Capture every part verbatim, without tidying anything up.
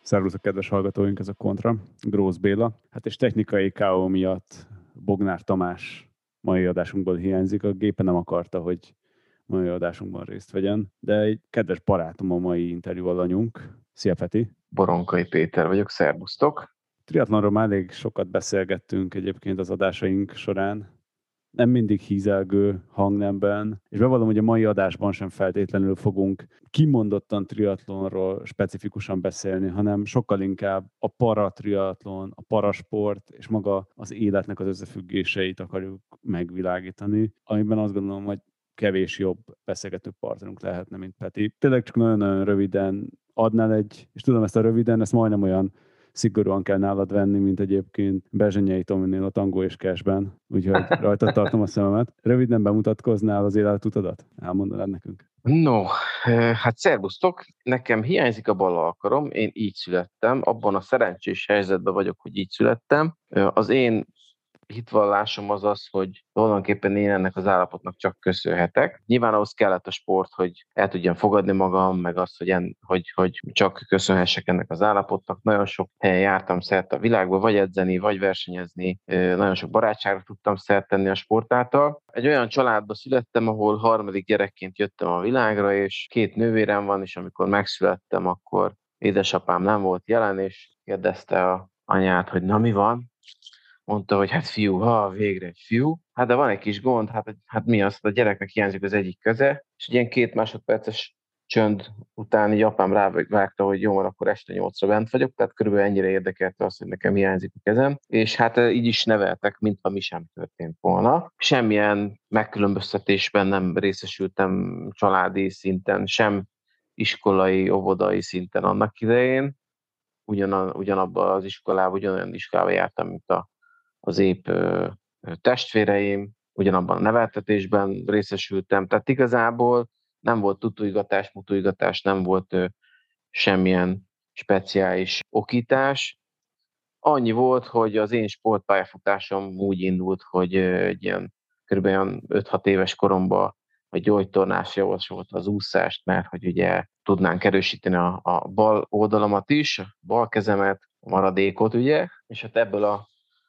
Szervusztok, kedves hallgatóink, ez a Kontra, Grósz Béla. Hát és technikai ká ó miatt Bognár Tamás mai adásunkból hiányzik. A gépe nem akarta, hogy mai adásunkban részt vegyen, de egy kedves barátom a mai interjú alanyunk. Szia, Peti! Boronkai Péter vagyok, szervusztok! Triatlonról már elég sokat beszélgettünk egyébként az adásaink során. Nem mindig hízelgő hangnemben, és bevallom, hogy a mai adásban sem feltétlenül fogunk kimondottan triatlonról specifikusan beszélni, hanem sokkal inkább a paratriatlon, a parasport és maga az életnek az összefüggéseit akarjuk megvilágítani, amiben azt gondolom, hogy kevés jobb beszélgető partnerünk lehetne, mint Peti. Tényleg csak nagyon-nagyon röviden adnál egy, és tudom ezt a röviden, ezt majdnem olyan szigorúan kell nálad venni, mint egyébként Bezsenyei Tominél a Tangó és Cashben, úgyhogy rajta tartom a szememet. Röviden bemutatkoznál az életutadat? Elmondanád nekünk? No, hát szervusztok! Nekem hiányzik a bal alkarom, én így születtem, abban a szerencsés helyzetben vagyok, hogy így születtem. Az én hitvallásom az az, hogy tulajdonképpen én ennek az állapotnak csak köszönhetek. Nyilván ahhoz kellett a sport, hogy el tudjam fogadni magam, meg az, hogy, en, hogy, hogy csak köszönhessek ennek az állapotnak. Nagyon sok helyen jártam szert a világba, vagy edzeni, vagy versenyezni. Nagyon sok barátságra tudtam szert tenni a sport által. Egy olyan családba születtem, ahol harmadik gyerekként jöttem a világra, és két nővérem van, és amikor megszülettem, akkor édesapám nem volt jelen, és kérdezte a anyát, hogy na mi van? Mondta, hogy hát fiú, ha végre egy fiú. Hát de van egy kis gond, hát, hát mi az, a gyereknek hiányzik az egyik keze, és egy ilyen két másodperces csönd után így apám rávágta, hogy jó, van, akkor este nyolcra bent vagyok, tehát körülbelül ennyire érdekelte az, hogy nekem hiányzik a kezem, és hát így is neveltek, mintha mi sem történt volna. Semmilyen megkülönböztetésben nem részesültem családi szinten, sem iskolai, óvodai szinten annak idején, ugyan, ugyanabban az iskolában, ugyanolyan iskolában jártam, mint a az épp ö, testvéreim, ugyanabban a neveltetésben részesültem, tehát igazából nem volt tutújgatás, mutújgatás, nem volt ö, semmilyen speciális okítás. Annyi volt, hogy az én sportpályafutásom úgy indult, hogy ö, egy ilyen kb. öt-hat éves koromban a gyógytornás javasolta az úszást, mert hogy ugye tudnánk erősíteni a, a bal oldalamat is, a bal kezemet, a maradékot, ugye, és hát ebből a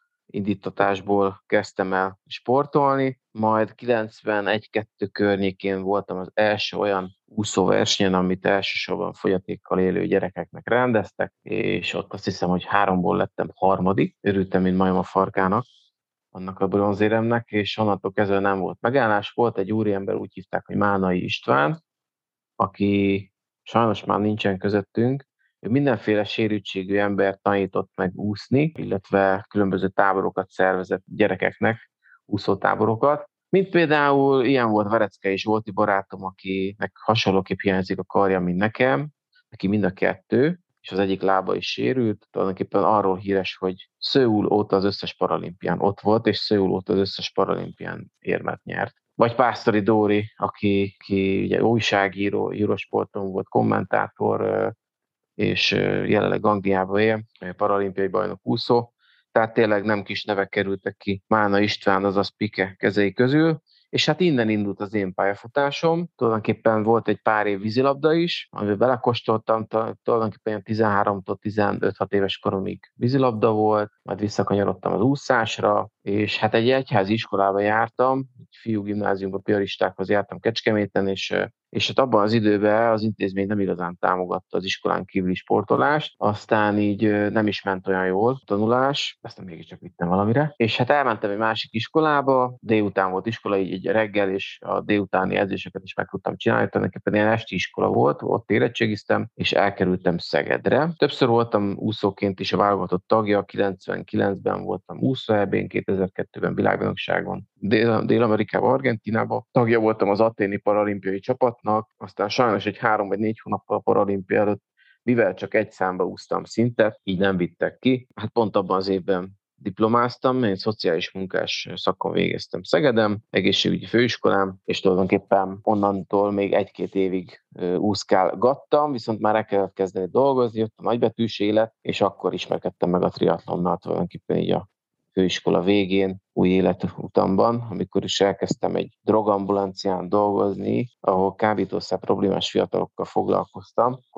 indítatásból kezdtem el sportolni, majd kilencvenegy-kettő környékén voltam az első olyan úszóversenyen, amit elsősorban fogyatékkal élő gyerekeknek rendeztek, és ott azt hiszem, hogy háromból lettem harmadik, örültem, mint majom a farkának, annak a bronzéremnek, és onnantól kezdve nem volt megállás. Volt egy úriember, úgy hívták, hogy Mánai István, aki sajnos már nincsen közöttünk. Ő mindenféle sérültségű ember tanított meg úszni, illetve különböző táborokat szervezett gyerekeknek, úszótáborokat. Mint például ilyen volt Vereckei Zsolti barátom, akinek hasonlóképp hiányzik a karja, mint nekem, neki mind a kettő, és az egyik lába is sérült. Tulajdonképpen arról híres, hogy Szöul óta az összes paralimpián ott volt, és Szöul óta az összes paralimpián érmet nyert. Vagy Pásztori Dóri, aki, aki ugye újságíró, Eurosporton volt kommentátor, és jelenleg Angliában él, paralimpiai bajnok úszó. Tehát tényleg nem kis nevek kerültek ki Mána István, azaz Pike kezei közül. És hát innen indult az én pályafutásom. Tulajdonképpen volt egy pár év vízilabda is, amiben belekóstoltam, tulajdonképpen tizenháromtól tizenöt-hat éves koromig vízilabda volt, majd visszakanyarodtam az úszásra, és hát egy egyházi iskolába jártam, egy fiú gimnáziumban, piaristákhoz jártam Kecskeméten, és és hát abban az időben az intézmény nem igazán támogatta az iskolán kívüli sportolást, aztán így nem is ment olyan jól a tanulás, aztán mégiscsak vittem valamire, és hát elmentem egy másik iskolába, délután volt iskola, így egy reggel, és a délutáni edzéseket is meg tudtam csinálni, tulajdonképpen ilyen esti iskola volt, ott érettségiztem, és elkerültem Szegedre. Többször voltam úszóként is a válogatott tagja, kilencvenkilencben voltam úszó é bén, kétezer-kettőben világbajnokságon, Dél- Dél-Amerikában, Argentínában, tagja voltam az athéni paralimpiai csapatnak, aztán sajnos egy három vagy négy hónappal a paralimpia előtt, mivel csak egy számba úsztam szintet, így nem vittek ki. Hát pont abban az évben diplomáztam, én szociális munkás szakon végeztem Szegeden, egészségügyi főiskolám, és tulajdonképpen onnantól még egy-két évig úszkálgattam, viszont már el kellett kezdeni dolgozni, jött a nagybetűs élet, és akkor ismerkedtem meg a triatlonnal tulajdonképpen így a főiskola végén, új életutamban, amikor is elkezdtem egy drogambulancián dolgozni, ahol kábítószer problémás fiatalokkal foglalkoztam, akkor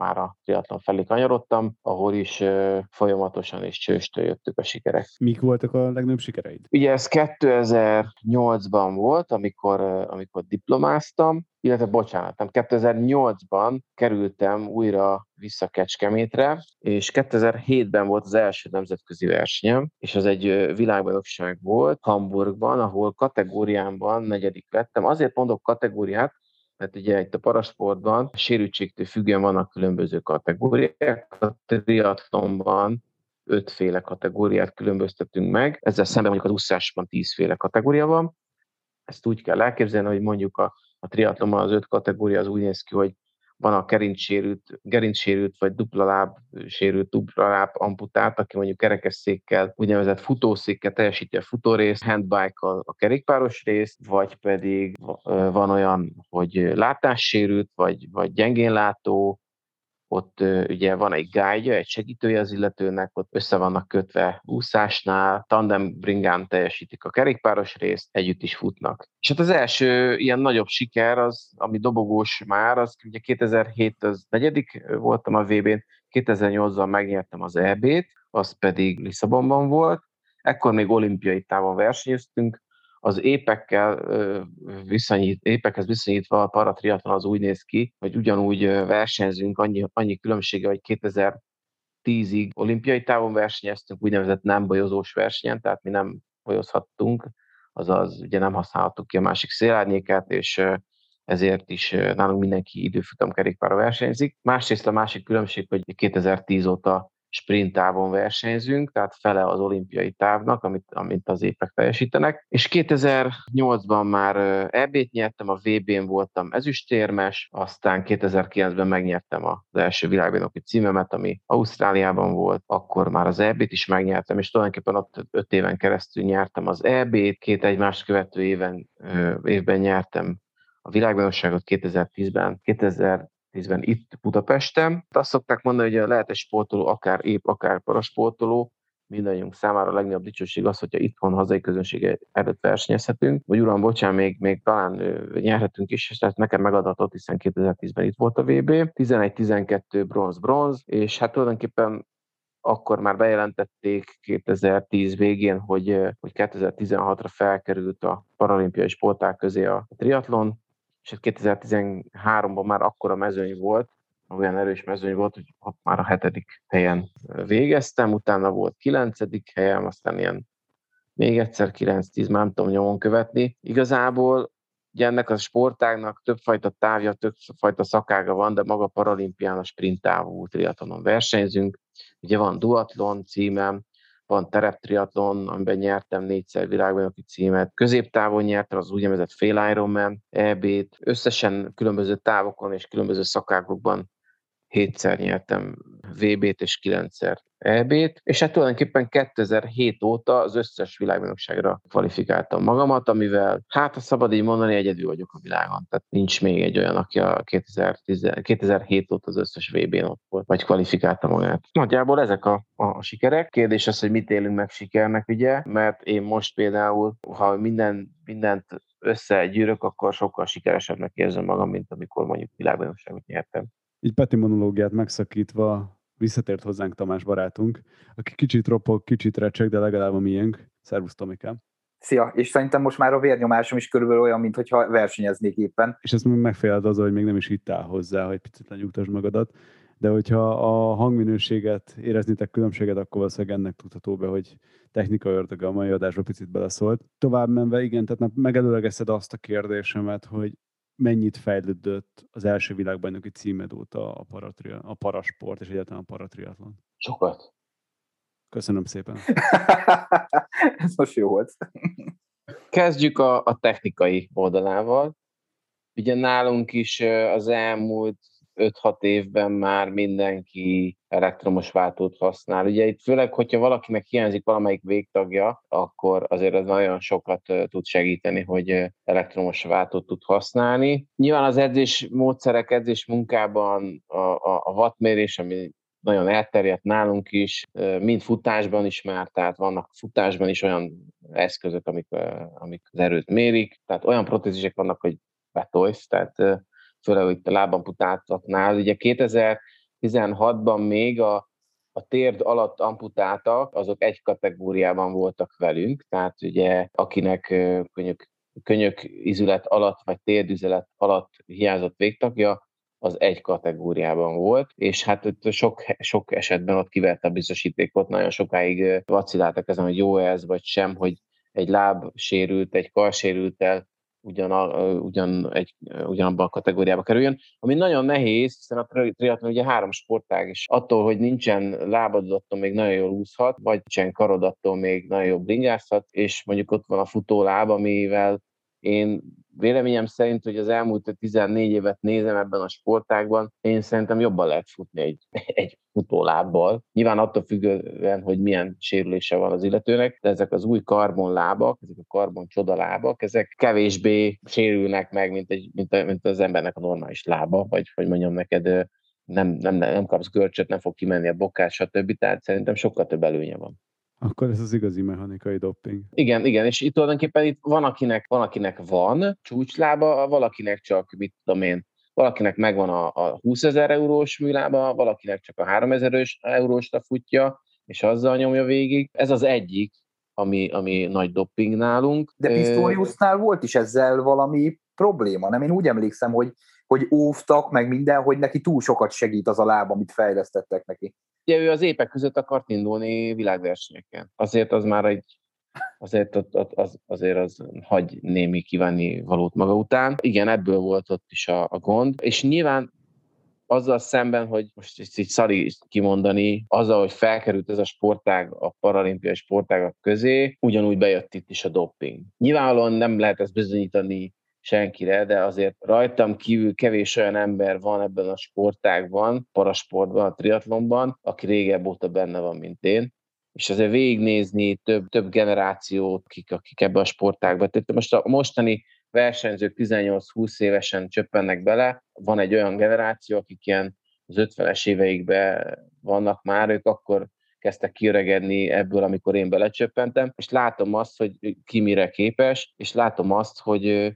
már a triatlon felé kanyarodtam, ahol is folyamatosan és csőstől jöttük a sikerek. Mik voltak a legnagyobb sikereid? Ugye ez kétezer-nyolcban volt, amikor, amikor diplomáztam, illetve bocsánat, nem, kétezer-nyolcban kerültem újra vissza Kecskemétre, és kétezer-hétben volt az első nemzetközi versenyem, és az egy világbajnokság volt Hamburgban, ahol kategóriámban negyedik lettem. Azért mondok kategóriát, mert ugye itt a parasportban sérültségtől függően vannak különböző kategóriák, a triatlonban ötféle kategóriát különböztetünk meg, ezzel szemben mondjuk az úszásban tízféle kategória van. Ezt úgy kell elképzelni, hogy mondjuk a, a triatlonban az öt kategória az úgy néz ki, hogy van a gerincsérült, gerincsérült vagy dupla láb sérült, dupla láb amputált, aki mondjuk kerekesszékkel, úgynevezett futószékkel teljesíti a futórészt, handbike-kal a kerékpáros részt, vagy pedig van olyan, hogy látássérült, vagy, vagy gyengén látó, ott ugye van egy guide, egy segítője az illetőnek, ott össze vannak kötve úszásnál, tandem bringán teljesítik a kerékpáros részt, együtt is futnak. És hát az első ilyen nagyobb siker, az, ami dobogós már, az ugye kétezer-hét az negyedik voltam a vé bén, kétezer-nyolcban megnyertem az é bét, az pedig Lisszabonban volt, ekkor még olimpiai távon versenyeztünk, az épekkel viszonyít, épekhez viszonyítva a paratriatlon az úgy néz ki, hogy ugyanúgy versenyzünk, annyi, annyi különbsége, hogy kétezer-tízig olimpiai távon versenyeztünk, úgynevezett nem bolyozós versenyen, tehát mi nem bolyozhattunk, azaz ugye nem használhattuk ki a másik szélárnyékát, és ezért is nálunk mindenki időfutam kerékpárra versenyzik. Másrészt a másik különbség, hogy kétezer-tíz óta sprint távon versenyzünk, tehát fele az olimpiai távnak, amit, amit az épek teljesítenek. És kétezer-nyolcban már é bét nyertem, a vé bén voltam ezüstérmes, aztán kétezer-kilencben megnyertem az első világbajnoki címemet, ami Ausztráliában volt, akkor már az é bét is megnyertem, és tulajdonképpen ott öt éven keresztül nyertem az é bét, két egymást követő éven, évben nyertem a világbajnokságot kétezer-tízben, kétezer-tízben itt Budapesten. Azt szokták mondani, hogy lehet egy sportoló, akár ép, akár parasportoló, mindannyiunk számára a legnagyobb dicsőség az, hogyha itthon hazai közönség előtt versenyezhetünk, vagy uram, bocsán, még, még talán nyerhetünk is, és tehát nekem megadatott, hiszen kétezer-tízben itt volt a vé bé, tizenegy-tizenkettő bronz-bronz, és hát tulajdonképpen akkor már bejelentették kétezer-tíz végén, hogy, hogy kétezer-tizenhatra felkerült a paralimpiai sportág közé a triatlon, és kétezer-tizenháromban már akkora mezőny volt, olyan erős mezőny volt, hogy már a hetedik helyen végeztem, utána volt kilencedik helyem, aztán ilyen még egyszer kilenc-tíz, már nem tudom nyomon követni. Igazából ugye ennek a sportágnak többfajta távja, többfajta szakága van, de maga paralimpián a sprint távú triatlonon versenyzünk. Ugye van duatlon címem, van tereptriatlon, amiben nyertem négyszer világbajnoki címet. Középtávon nyertem az úgynevezett fél Ironman é bét. Összesen különböző távokon és különböző szakágokban hétszer nyertem vé bét és kilencszer é bét, és hát tulajdonképpen kétezer-hét óta az összes világbajnokságra kvalifikáltam magamat, amivel, hát ha szabad így mondani, egyedül vagyok a világon. Tehát nincs még egy olyan, aki a kétezer-tíz, kétezer-hét óta az összes vé bén ott volt, vagy kvalifikálta magát. Nagyjából ezek a, a sikerek. Kérdés az, hogy mit élünk meg sikernek, ugye? Mert én most például, ha minden, mindent összegyűrök, akkor sokkal sikeresebbnek érzem magam, mint amikor mondjuk világbajnokságot nyertem. Így Peti monológiát megszakítva visszatért hozzánk Tamás barátunk, aki kicsit ropog, kicsit recseg, de legalább a miénk. Szervusz, Tomikám! Szia! És szerintem most már a vérnyomásom is körülbelül olyan, mintha versenyeznék éppen. És ezt megféled azzal, hogy még nem is hittál hozzá, hogy picit lenyugtasd magadat. De hogyha a hangminőséget éreznétek különbséget, akkor valószínűleg ennek tudható be, hogy technika ördöge a mai adásba picit beleszólt. Tovább menve, igen, tehát megelőlegezted azt a kérdésemet, hogy mennyit fejlődött az első világbajnoki címed óta a, paratria, a parasport és egyáltalán a paratriatlon? Sokat. Köszönöm szépen. Ez most jó volt. Kezdjük a, a technikai oldalával. Ugye nálunk is az elmúlt öt-hat évben már mindenki elektromos váltót használ. Ugye itt főleg, hogyha valakinek hiányzik valamelyik végtagja, akkor azért az nagyon sokat tud segíteni, hogy elektromos váltót tud használni. Nyilván az edzés módszerek, edzés munkában a, a, a wattmérés, ami nagyon elterjedt nálunk is, mind futásban is már, tehát vannak futásban is olyan eszközök, amik, amik az erőt mérik, tehát olyan protézisek vannak, hogy betolsz, tehát főleg itt a lábamputáltaknál. Ugye kétezer tizenhatban még a, a térd alatt amputáltak, azok egy kategóriában voltak velünk, tehát ugye akinek könyök, könyök izület alatt, vagy térdüzelet alatt hiányzott végtagja, az egy kategóriában volt, és hát ott sok, sok esetben ott kiverte a biztosítékot, nagyon sokáig vaciláltak ezen, hogy jó ez, vagy sem, hogy egy láb sérült, egy kar sérültel ugyan, ugyan egy, ugyanabban a kategóriába kerüljön, ami nagyon nehéz, hiszen a triatlon ugye három sportág, és attól, hogy nincsen lábad, attól még nagyon jól úszhat, vagy nincsen karod, attól még nagyon jól bringázhat, és mondjuk ott van a futóláb, amivel én véleményem szerint, hogy az elmúlt tizennégy évet nézem ebben a sportágban, én szerintem jobban lehet futni egy, egy futólábbal. Nyilván attól függően, hogy milyen sérülése van az illetőnek, de ezek az új karbonlábak, ezek a karbon csodalábak, ezek kevésbé sérülnek meg, mint, egy, mint, a, mint az embernek a normális lába, vagy hogy mondjam neked, nem, nem, nem kapsz görcsöt, nem fog kimenni a bokát, stb. Tehát szerintem sokkal több előnye van. Akkor ez az igazi mechanikai doping. Igen, igen, és itt tulajdonképpen itt van, akinek, van, akinek van csúcslába, valakinek csak, mit tudom én, valakinek megvan a, a húszezer eurós műlába, valakinek csak a háromezer eurósra futja, és azzal nyomja végig. Ez az egyik, ami, ami nagy doping nálunk. De Pistoriusnál volt is ezzel valami probléma, nem? Én úgy emlékszem, hogy, hogy óvtak, meg minden, hogy neki túl sokat segít az a láb, amit fejlesztettek neki. Ugye ő az épek között akart indulni világversenyeken. Azért az már egy, azért az, az, azért az hagy némi kívánni valót maga után. Igen, ebből volt ott is a, a gond. És nyilván azzal szemben, hogy most ezt így szari kimondani, azzal, hogy felkerült ez a sportág a paralimpiai sportágak közé, ugyanúgy bejött itt is a doping. Nyilvánvalóan nem lehet ezt bizonyítani senkire, de azért rajtam kívül kevés olyan ember van ebben a sportágban, parasportban, a triatlonban, aki régebb óta benne van, mint én. És azért végignézni több, több generációt, akik, akik ebben a sportágban. Tehát most a mostani versenyzők tizennyolc-húsz évesen csöppennek bele, van egy olyan generáció, akik ilyen az ötvenes éveikben vannak már, ők akkor kezdtek kiöregedni ebből, amikor én belecsöppentem, és látom azt, hogy ki mire képes, és látom azt, hogy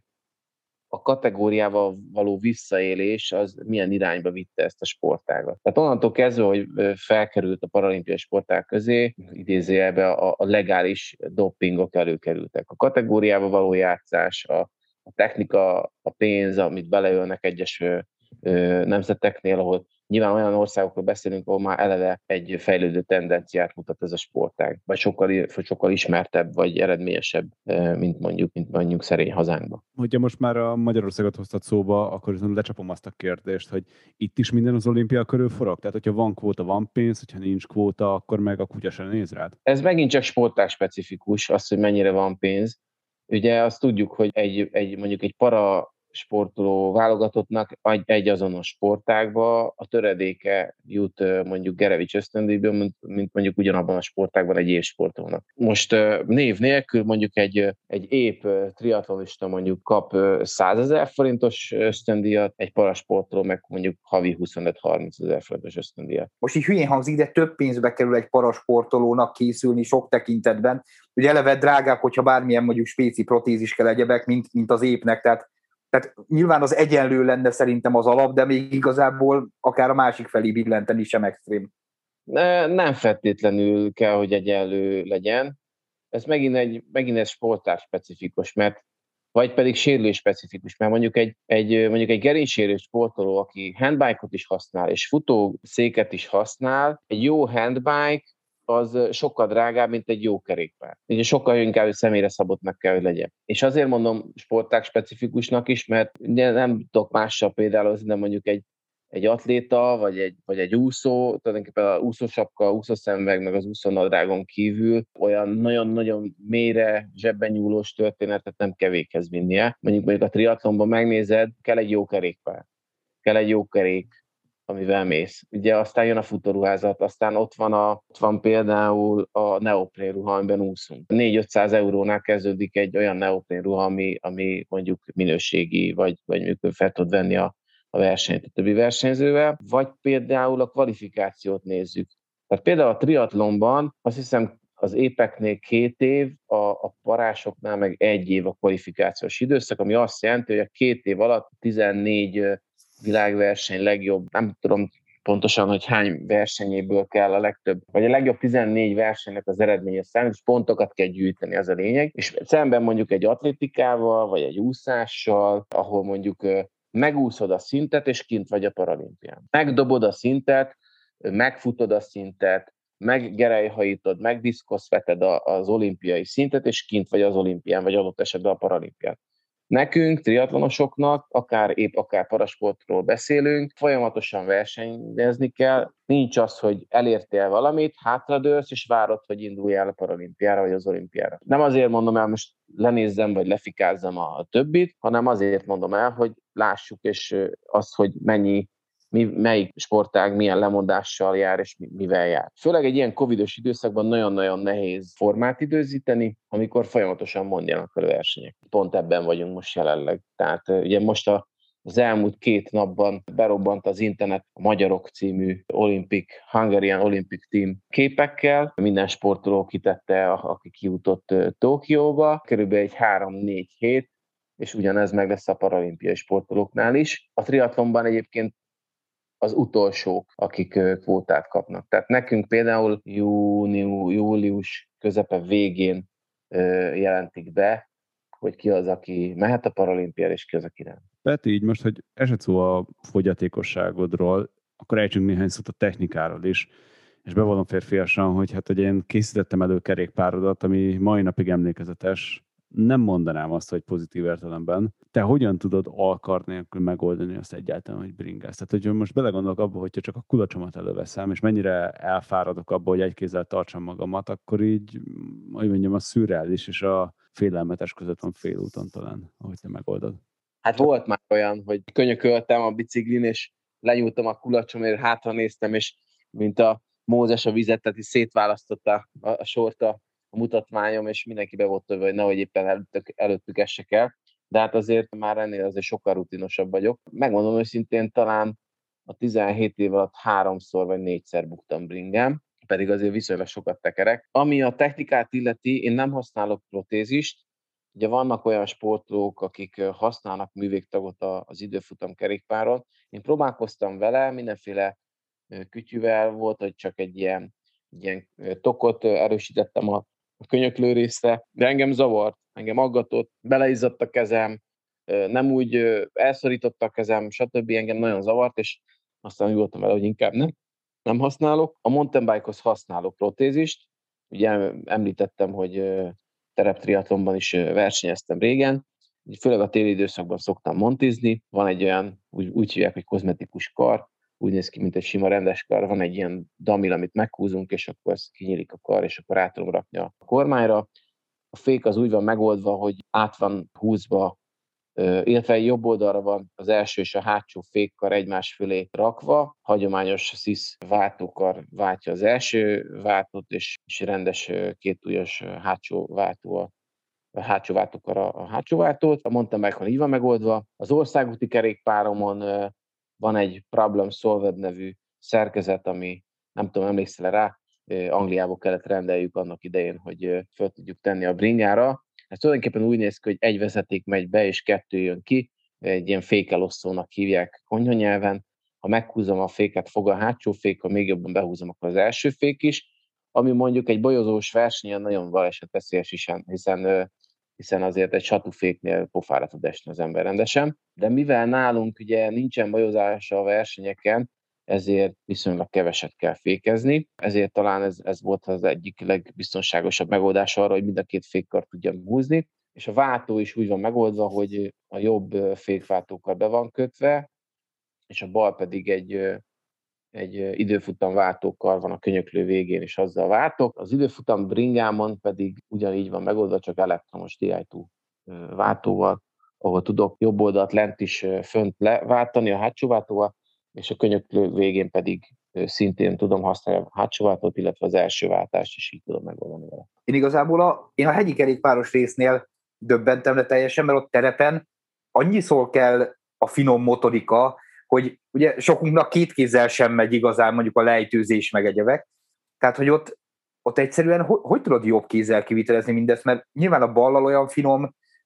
a kategóriával való visszaélés az milyen irányba vitte ezt a sportágat. Tehát onnantól kezdve, hogy felkerült a paralimpiai sportág közé, idézőjelbe a, a legális dopingok előkerültek. A kategóriával való játszás, a, a technika, a pénz, amit beleölnek egyes ö, ö, nemzeteknél, ahol nyilván olyan országokról beszélünk, ahol már eleve egy fejlődő tendenciát mutat ez a sportág, vagy sokkal, sokkal ismertebb, vagy eredményesebb, mint mondjuk, mint mondjuk szerény hazánkban. Hogyha most már a Magyarországot hoztad szóba, akkor viszont lecsapom azt a kérdést, hogy itt is minden az olimpia körül forog? Tehát, hogyha van kvóta, van pénz, hogyha nincs kvóta, akkor meg a kutya sem néz rád? Ez megint csak sportág specifikus, az, hogy mennyire van pénz. Ugye azt tudjuk, hogy egy, egy mondjuk egy para sportoló válogatottnak egy azonos sportágba a töredéke jut mondjuk Gerevics ösztöndíjből, mint, mint mondjuk ugyanabban a sportágban egy évsportolónak. Most név nélkül mondjuk egy, egy épp triatlonista mondjuk kap százezer forintos ösztöndíjat, egy parasportoló meg mondjuk havi huszonöt-harminc ezer forintos ösztöndíjat. Most így hülyén hangzik, de több pénzbe kerül egy parasportolónak készülni sok tekintetben. Ugye eleve drágább, hogyha bármilyen mondjuk spéci protézis kell egyebek, mint, mint az épnek, tehát Tehát nyilván az egyenlő lenne szerintem az alap, de még igazából akár a másik felé billenteni sem extrém. Nem feltétlenül kell, hogy egyenlő legyen. Ez megint egy, megint egy sportág specifikus, mert vagy pedig sérülés specifikus, mert mondjuk egy, egy, mondjuk egy gerincsérő sportoló, aki handbike-ot is használ, és futószéket is használ, egy jó handbike az sokkal drágább, mint egy jó kerékpár. Ugye sokkal inkább személyre szabottnak kell, hogy legyen. És azért mondom sportág specifikusnak is, mert nem tudok mással például, de mondjuk egy, egy atléta, vagy egy, vagy egy úszó, tulajdonképpen a úszósapka, úszószemüveg, meg az úszónadrágon kívül olyan nagyon-nagyon mélyre zsebben nyúlós történetet nem kell véghez vinnie. Mondjuk, mondjuk a triatlonban megnézed, kell egy jó kerékpár, kell egy jó kerék, amivel mész. Ugye aztán jön a futóruházat, aztán ott van, a, ott van például a neoprén ruha, amiben úszunk. négy-ötszáz eurónál kezdődik egy olyan neoprén ruha, ami, ami mondjuk minőségi, vagy, vagy mondjuk fel tud venni a, a versenyt a többi versenyzővel, vagy például a kvalifikációt nézzük. Tehát például a triatlonban azt hiszem az épeknél két év, a, a parásoknál meg egy év a kvalifikációs időszak, ami azt jelenti, hogy a két év alatt tizennégy világverseny legjobb, nem tudom pontosan, hogy hány versenyéből kell a legtöbb, vagy a legjobb tizennégy versenynek az eredménye számít, és pontokat kell gyűjteni, az a lényeg. És szemben mondjuk egy atlétikával, vagy egy úszással, ahol mondjuk megúszod a szintet, és kint vagy a paralimpián. Megdobod a szintet, megfutod a szintet, meggerelyhajítod, megdiszkoszveted az olimpiai szintet, és kint vagy az olimpián, vagy adott esetben a paralimpián. Nekünk, triatlonosoknak, akár épp akár parasportról beszélünk, folyamatosan versenyezni kell. Nincs az, hogy elértél valamit, hátradőlsz, és várod, hogy induljál a paralimpiára, vagy az olimpiára. Nem azért mondom el, most lenézzem, vagy lefikázzam a többit, hanem azért mondom el, hogy lássuk, és az, hogy mennyi, mi, melyik sportág milyen lemondással jár, és mivel jár. Főleg egy ilyen covidos időszakban nagyon-nagyon nehéz formát időzíteni, amikor folyamatosan mondjanak a versenyek. Pont ebben vagyunk most jelenleg. Tehát ugye most a, az elmúlt két napban berobbant az internet a Magyarok című Olympic, Hungarian Olympic Team képekkel. Minden sportoló kitette, aki kijutott Tokióba. Körülbelül egy három-négy hét, és ugyanez meg lesz a paralimpiai sportolóknál is. A triatlonban egyébként az utolsók, akik kvótát kapnak. Tehát nekünk például június, július közepe végén jelentik be, hogy ki az, aki mehet a paralimpiára, és ki az, aki nem. Peti, így most, hogy esett szó a fogyatékosságodról, akkor ejtsünk néhány szót a technikáról is, és bevallom férfiasan, hogy hát, hogy én készítettem elő kerékpárodat, ami mai napig emlékezetes. Nem mondanám azt, hogy pozitív értelemben. Te hogyan tudod alkar nélkül megoldani azt egyáltalán, hogy bringázz? Tehát, hogy most belegondolok abba, hogyha csak a kulacsomat előveszem, és mennyire elfáradok abba, hogy egy kézzel tartsam magamat, akkor így, hogy mondjam, a szürreális és a félelmetes között van félúton talán, ahogy te megoldod. Hát volt már olyan, hogy könyököltem a biciklin, és lenyúltam a kulacsomért, hátra néztem, és mint a Mózes a vizet, tehát is szétválasztotta a, a sort a a mutatványom, és mindenki be volt tőle, hogy nehogy éppen előttük, előttük essek el. De hát azért már ennél azért sokkal rutinosabb vagyok. Megmondom őszintén, talán a tizenhét év alatt háromszor vagy négyszer buktam bringám, pedig azért viszonylag sokat tekerek. Ami a technikát illeti, én nem használok protézist. Ugye vannak olyan sportolók, akik használnak művégtagot az időfutam kerékpáron. Én próbálkoztam vele, mindenféle kütyüvel, volt, hogy csak egy ilyen, egy ilyen tokot erősítettem a a könyöklő részre, de engem zavart, engem aggatott, beleizzadt a kezem, nem úgy elszorította a kezem, stb. Engem nagyon zavart, és aztán úgy voltam vele, hogy inkább nem, nem használok. A mountain bike-hoz használok protézist, ugye említettem, hogy tereptriatlonban is versenyeztem régen, főleg a téli időszakban szoktam montizni, van egy olyan, úgy, úgy hívják, hogy kozmetikus kar, úgy néz ki, mint egy sima rendes kar, van egy ilyen damil, amit meghúzunk, és akkor ez kinyílik a kar, és akkor rá tudom rakni a kormányra. A fék az úgy van megoldva, hogy át van húzva, illetve jobb oldalra van az első és a hátsó fékkar egymás fölé rakva. Hagyományos szisz váltókar váltja az első váltót, és, és rendes kétujjas hátsó váltó a a hátsó váltókar a, a hátsó váltót. A mountain bike-on így van megoldva. Az országúti kerékpáromon van egy Problem Solved nevű szerkezet, ami nem tudom, emlékszel rá, Angliából kellett rendeljük annak idején, hogy föl tudjuk tenni a bringára. Ez tulajdonképpen úgy néz ki, hogy egy vezeték megy be, és kettő jön ki, egy ilyen fékelosztónak hívják konyhanyelven. Ha meghúzom a féket, fog a hátsó fék, ha még jobban behúzom, akkor az első fék is, ami mondjuk egy bolyozós versenyen nagyon balesetveszélyes is, hiszen hiszen azért egy satúféknél pofára tud esni az ember rendesen. De mivel nálunk ugye nincsen bajozása a versenyeken, ezért viszonylag keveset kell fékezni. Ezért talán ez, ez volt az egyik legbiztonságosabb megoldás arra, hogy mind a két fékkar tudjam húzni. És a váltó is úgy van megoldva, hogy a jobb fékváltókkal be van kötve, és a bal pedig egy, egy időfutam váltókar van a könyöklő végén, és azzal váltok. Az időfutam bringámon pedig ugyanígy van megoldva, csak elektromos dé i kettő váltóval, ahol tudok jobb oldalt lent is fönt leváltani a hátsó váltóval, és a könyöklő végén pedig szintén tudom használni a hátsó váltót, illetve az első váltást is így tudom megoldani vele. Én igazából a, én a hegyi kerékpáros résznél döbbentem le teljesen, mert ott terepen annyiszor kell a finom motorika, hogy ugye sokunknak két kézzel sem megy igazán mondjuk a lejtőzés meg egyebek. Tehát, hogy ott, ott egyszerűen hogy, hogy tudod jobb kézzel kivitelezni mindezt, mert nyilván a ballal olyan finom,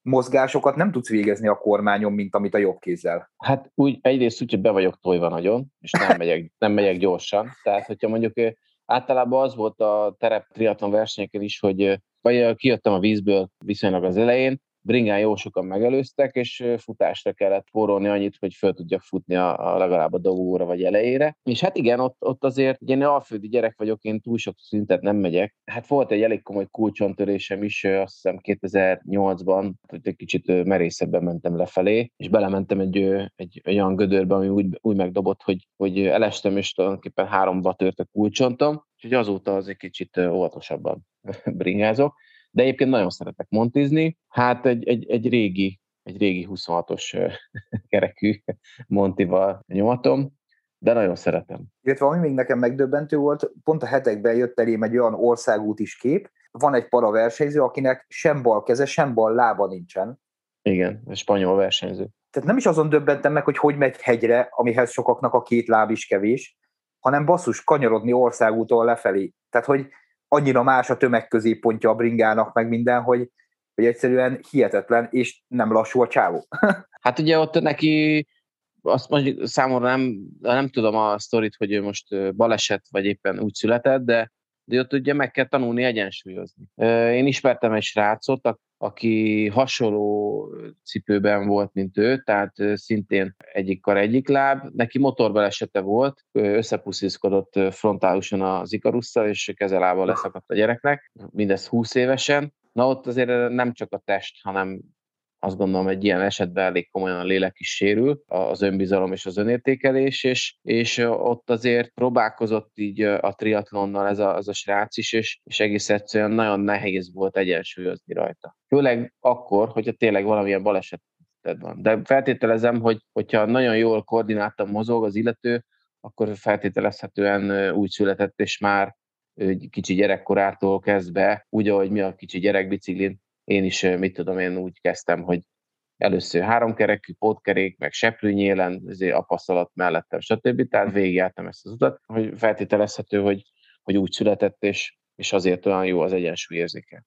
mozgásokat nem tudsz végezni a kormányon, mint amit a jobb kézzel. Hát úgy, egyrészt úgy, hogy be vagyok tojva nagyon, és nem megyek, nem megyek gyorsan. Tehát, hogyha mondjuk általában az volt a terep triatlon versenyeken is, hogy vagy kijöttem a vízből viszonylag az elején, bringán jó sokan megelőztek, és futásra kellett forrolni annyit, hogy föl tudjak futni a, a legalább a dobóra vagy elejére. És hát igen, ott, ott azért, ugye én alföldi gyerek vagyok, én túl sok szintet nem megyek. Hát volt egy elég komoly kulcsontörésem is, azt hiszem kétezer-nyolcban, hogy egy kicsit merészebben mentem lefelé, és belementem egy, egy olyan gödörbe, ami úgy, úgy megdobott, hogy, hogy elestem, és tulajdonképpen háromba tört a kulcsontom, úgyhogy azóta az egy kicsit óvatosabban bringázok. De egyébként nagyon szeretek montizni. Hát egy, egy, egy régi, egy régi huszonhatos kerekű Montival nyomatom, de nagyon szeretem. Illetve ami még nekem megdöbbentő volt, pont a hetekben jött elém egy olyan országút is kép, van egy para versenyző, akinek sem bal keze, sem bal lába nincsen. Igen, a spanyol versenyző. Tehát nem is azon döbbentem meg, hogy hogy megy hegyre, amihez sokaknak a két láb is kevés, hanem basszus kanyarodni országútól lefelé. Tehát, hogy annyira más a tömegközéppontja a bringának, meg minden, hogy, hogy egyszerűen hihetetlen, és nem lassú a csávó. Hát ugye ott neki, azt mondjuk számomra nem, nem tudom a sztorit, hogy ő most baleset, vagy éppen úgy született, de, de ott ugye meg kell tanulni egyensúlyozni. Én ismertem egy srácot, aki hasonló cipőben volt, mint ő, tehát szintén egyik kar, egyik láb. Neki motorbalesete volt, összepuszilszkodott frontálisan az Ikarusszal, és kezelába leszakadt a gyereknek, mindez húsz évesen. Na ott azért nem csak a test, hanem azt gondolom, egy ilyen esetben elég komolyan a lélek is sérül, az önbizalom és az önértékelés, és, és ott azért próbálkozott így a triatlonnal ez a, ez a srác is, és, és egész egyszerűen nagyon nehéz volt egyensúlyozni rajta. Főleg akkor, hogyha tényleg valamilyen baleset van. De feltételezem, hogy hogyha nagyon jól koordináltan mozog az illető, akkor feltételezhetően úgy született, és már kicsi gyerekkorától kezdve, úgy, ahogy mi a kicsi gyerek biciklin, én is, mit tudom, én úgy kezdtem, hogy először háromkerekű, pótkerék, meg seprűnyélen, apaszalat mellettem, stb. Tehát végigjártam ezt az utat, hogy feltételezhető, hogy, hogy úgy született, és, és azért olyan jó az egyensúlyérzéke.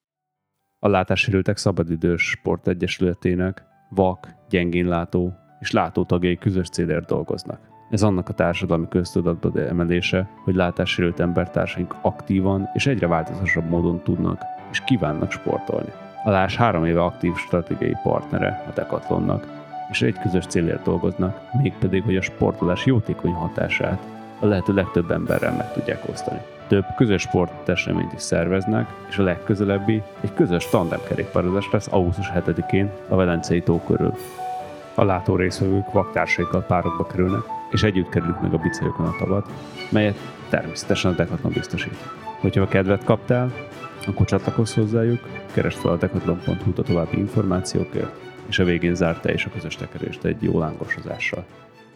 A Látássérültek Szabadidős Sportegyesületének vak, gyengénlátó és látótagjai közös célért dolgoznak. Ez annak a társadalmi köztudatba emelése, hogy látássérült embertársaink aktívan és egyre változatos módon tudnak és kívánnak sportolni. A Lás három éve aktív stratégiai partnere a Decathlonnak, és egy közös célért dolgoznak, mégpedig, hogy a sportolás jótékony hatását a lehető legtöbb emberrel meg tudják osztani. Több közös sporteseményt is szerveznek, és a legközelebbi egy közös tandemkerékpározás lesz augusztus hetedikén a Velencei tó körül. A látó résztvevők vaktársaikkal párokba kerülnek, és együtt kerülik meg a bicajokon a tavat, melyet természetesen a Decathlon biztosít. Hogyha kedvet kaptál, akkor csatlakozz hozzájuk, keresd fel a decathlon pont hu a további információkért, és a végén zárt te is a közös tekerést egy jó lángosozással.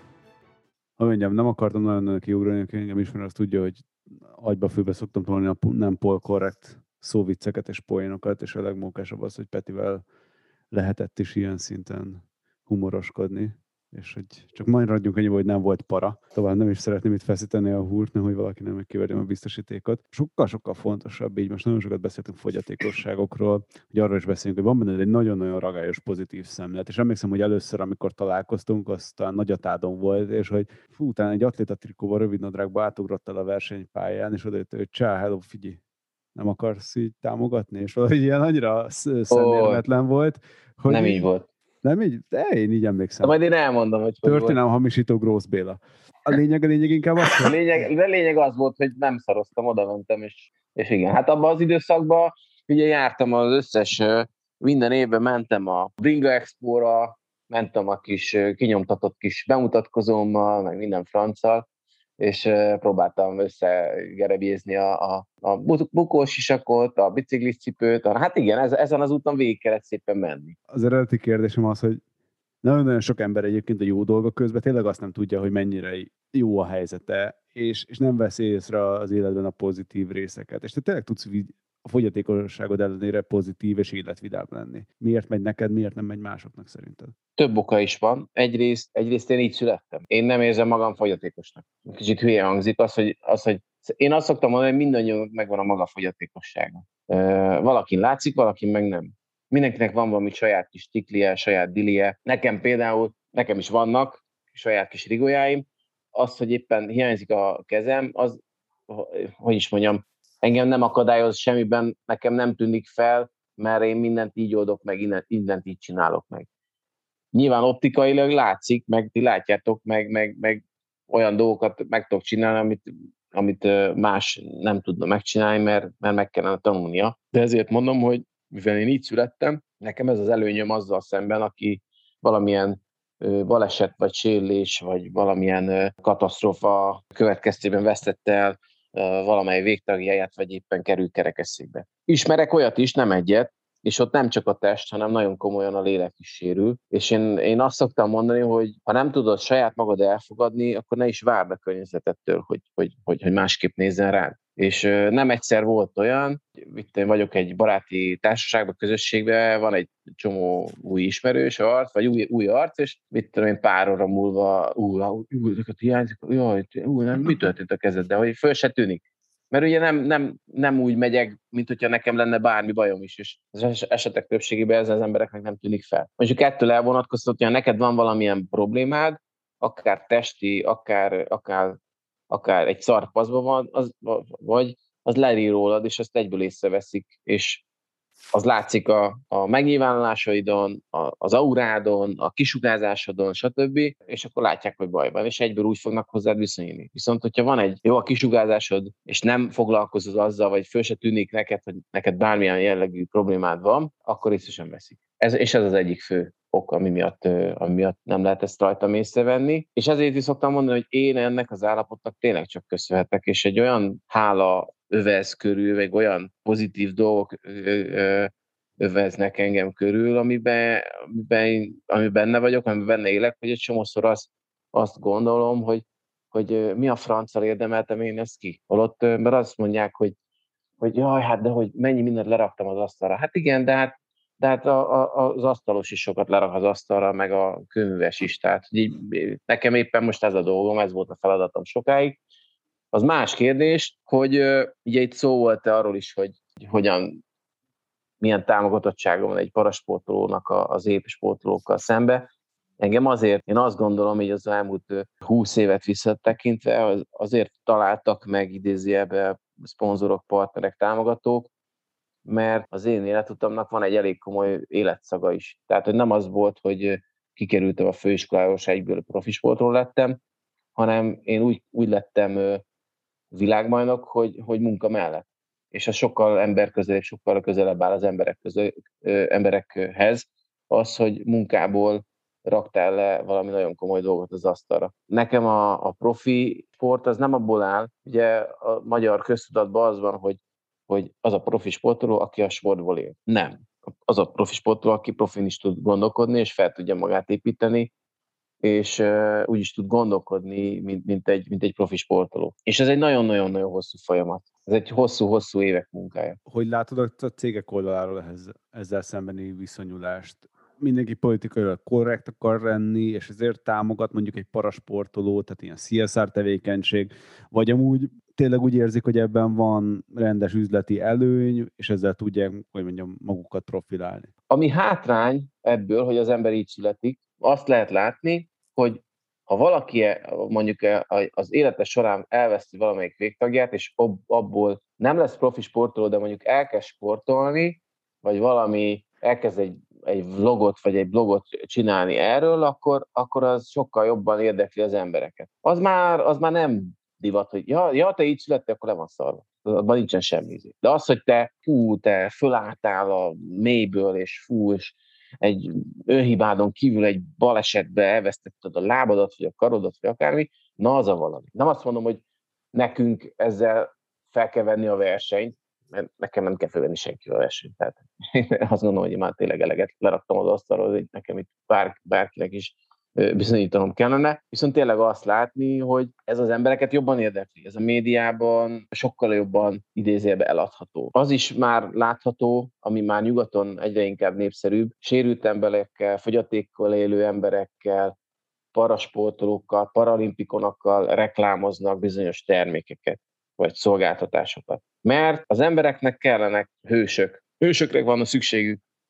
Ha mondjam, nem akartam nagyon kiugrani, aki engem ismer, azt tudja, hogy agyba-fülbe szoktam tolni a nem polkorrekt szóvicceket és poénokat, és a legmókásabb az, hogy Petivel lehetett is ilyen szinten humoroskodni, és hogy csak majd maradjunk annyiba, hogy nem volt para. Tovább nem is szeretném itt feszíteni a húrt, nehogy valaki nem megkiverjem a biztosítékot. Sokkal-sokkal fontosabb, így most nagyon sokat beszéltünk fogyatékosságokról, hogy arról is beszélünk, hogy van benne egy nagyon-nagyon ragályos pozitív szemlélet. És emlékszem, hogy először, amikor találkoztunk, aztán Nagyatádon volt, és hogy fú, utána egy atléta trikóba, rövidnadrágba átugrott el a versenypályán, és odajött, hogy csá, hello, figyelj, nem akarsz így támogatni? És valahogy ilyen annyira szemérmetlen volt, hogy nem így volt. Nem így? De én így emlékszem. De majd én elmondom, hogy Történelem hamisító Grósz Béla. A lényeg, a lényeg inkább az, hogy... A lényeg, de lényeg az volt, hogy nem szaroztam, oda mentem, és, és igen. Hát abban az időszakban ugye jártam az összes, minden évben mentem a Bringa Expo-ra, mentem a kis kinyomtatott kis bemutatkozómmal, meg minden franccal, és próbáltam összegerebjézni a, a, a bukós sisakot, a bicikliscipőt. Hát igen, ez, ezen az úton végig kellett szépen menni. Az eredeti kérdésem az, hogy nagyon-nagyon sok ember egyébként a jó dolgok közben tényleg azt nem tudja, hogy mennyire jó a helyzete, és, és nem vesz észre az életben a pozitív részeket. És te tényleg tudsz a fogyatékosságod ellenére pozitív és életvidám lenni. Miért megy neked, miért nem megy másoknak szerinted? Több oka is van. Egyrészt, egyrészt én így születtem. Én nem érzem magam fogyatékosnak. Kicsit hülye hangzik az, hogy, az, hogy én azt szoktam mondani, hogy mindannyiunknak megvan a maga fogyatékossága. Valakin látszik, valakin meg nem. Mindenkinek van valami saját kis tiklie, saját dilie. Nekem például, nekem is vannak saját kis rigójáim. Az, hogy éppen hiányzik a kezem, az, hogy is mondjam, engem nem akadályoz semmiben, nekem nem tűnik fel, mert én mindent így oldok meg, innen, mindent így csinálok meg. Nyilván optikailag látszik, meg ti látjátok, meg, meg, meg olyan dolgokat meg tudok csinálni, amit, amit más nem tudna megcsinálni, mert, mert meg kellene tanulnia. De ezért mondom, hogy mivel én így születtem, nekem ez az előnyöm azzal szemben, aki valamilyen baleset, vagy sérülés, vagy valamilyen katasztrófa következtében vesztette el valamely végtagjáját, vagy éppen kerül kerekesszékbe. Ismerek olyat is, nem egyet, és ott nem csak a test, hanem nagyon komolyan a lélek is sérül. És én, én azt szoktam mondani, hogy ha nem tudod saját magad elfogadni, akkor ne is várd a környezetettől, hogy, hogy, hogy, hogy másképp nézzen rád. És nem egyszer volt olyan, itt én vagyok egy baráti társaságban, közösségben, van egy csomó új ismerős arc, vagy új, új arc, és mit tudom én, pár óra múlva, ú, ú, ezeket hiányzik, jaj, ú, nem, mi történt a kezeddel, hogy föl se tűnik. Mert ugye nem, nem, nem úgy megyek, mint hogyha nekem lenne bármi bajom is, és az esetek többségében ez az embereknek nem tűnik fel. Mondjuk ettől elvonatkoztat, hogyha neked van valamilyen problémád, akár testi, akár, akár, akár egy szarpaszban van, az, vagy az lerír rólad, és azt egyből észreveszik, és az látszik a, a megnyilvánulásaidon, a, az aurádon, a kisugárzásodon, stb. És akkor látják, hogy baj van, és egyből úgy fognak hozzád viszonyulni. Viszont, hogyha van egy jó a kisugárzásod, és nem foglalkozol azzal, vagy föl se tűnik neked, hogy neked bármilyen jellegű problémád van, akkor észre sem veszik. Ez, és ez az egyik fő ok, ami miatt, ami miatt nem lehet ezt rajtam észrevenni. És ezért is szoktam mondani, hogy én ennek az állapotnak tényleg csak köszönhetek, és egy olyan hála övez körül, vagy olyan pozitív dolgok öveznek engem körül, amiben, amiben, amiben benne vagyok, amiben benne élek, hogy egy csomószor azt, azt gondolom, hogy, hogy mi a franccal érdemeltem én ezt ki. Holott, mert azt mondják, hogy, hogy jaj, hát de hogy mennyi mindent leraktam az asztalra. Hát igen, de hát, de hát a, a, az asztalos is sokat lerak az asztalra, meg a kőműves is. Tehát így, nekem éppen most ez a dolgom, ez volt a feladatom sokáig. Az más kérdés, hogy ugye itt szó volt arról is, hogy hogyan, milyen támogatottsága van egy parasportolónak az épp sportolókkal szembe. Engem azért, én azt gondolom, hogy az elmúlt húsz évet visszatekintve azért találtak meg idézőjelben szponzorok, partnerek, támogatók, mert az én életutamnak van egy elég komoly életszaga is. Tehát, hogy nem az volt, hogy kikerültem a főiskoláról, és egyből profi sportoló lettem, hanem én úgy, úgy lettem világbajnok, hogy, hogy munka mellett. És az sokkal emberközelebb, sokkal közelebb áll az emberek közö, ö, emberekhez, az, hogy munkából raktál le valami nagyon komoly dolgot az asztalra. Nekem a, a profi sport az nem abból áll, ugye a magyar köztudatban az van, hogy, hogy az a profi sportoló, aki a sportból él. Nem. Az a profi sportoló, aki profin is tud gondolkodni, és fel tudja magát építeni, és uh, úgy is tud gondolkodni, mint, mint, egy, mint egy profi sportoló. És ez egy nagyon-nagyon-nagyon hosszú folyamat. Ez egy hosszú-hosszú évek munkája. Hogy látod a cégek oldaláról ehhez, ezzel szembeni viszonyulást? Mindenki politikailag korrekt akar lenni, és ezért támogat mondjuk egy parasportoló, tehát ilyen cé es er tevékenység, vagy amúgy tényleg úgy érzik, hogy ebben van rendes üzleti előny, és ezzel tudják, hogy mondjam, magukat profilálni. Ami hátrány ebből, hogy az ember így születik, azt lehet látni, hogy ha valaki mondjuk az élete során elveszti valamelyik végtagját, és abból nem lesz profi sportoló, de mondjuk elkezd sportolni, vagy valami elkezd egy, egy vlogot, vagy egy blogot csinálni erről, akkor, akkor az sokkal jobban érdekli az embereket. Az már, az már nem divat, hogy ja, ja, te így születtél, akkor le van szarva. Abban nincsen semmi. De az, hogy te, fú, te fölálltál a mélyből, és fú, és egy önhibádon kívül egy balesetbe elvesztetted a lábadat, vagy a karodat, vagy akármi, na az a valami. Nem azt mondom, hogy nekünk ezzel fel kell venni a versenyt, mert nekem nem kell felvenni senki a versenyt. Tehát én azt gondolom, hogy én már tényleg eleget leraktam az asztalról, hogy nekem itt bár, bárkinek is bizonyítanom kellene. Viszont tényleg azt látni, hogy ez az embereket jobban érdekli. Ez a médiában sokkal jobban idézőjelben eladható. Az is már látható, ami már nyugaton egyre inkább népszerűbb, sérült emberekkel, fogyatékkal élő emberekkel, parasportolókkal, paralimpikonokkal reklámoznak bizonyos termékeket, vagy szolgáltatásokat. Mert az embereknek kellenek hősök. Hősökre van a szükségük.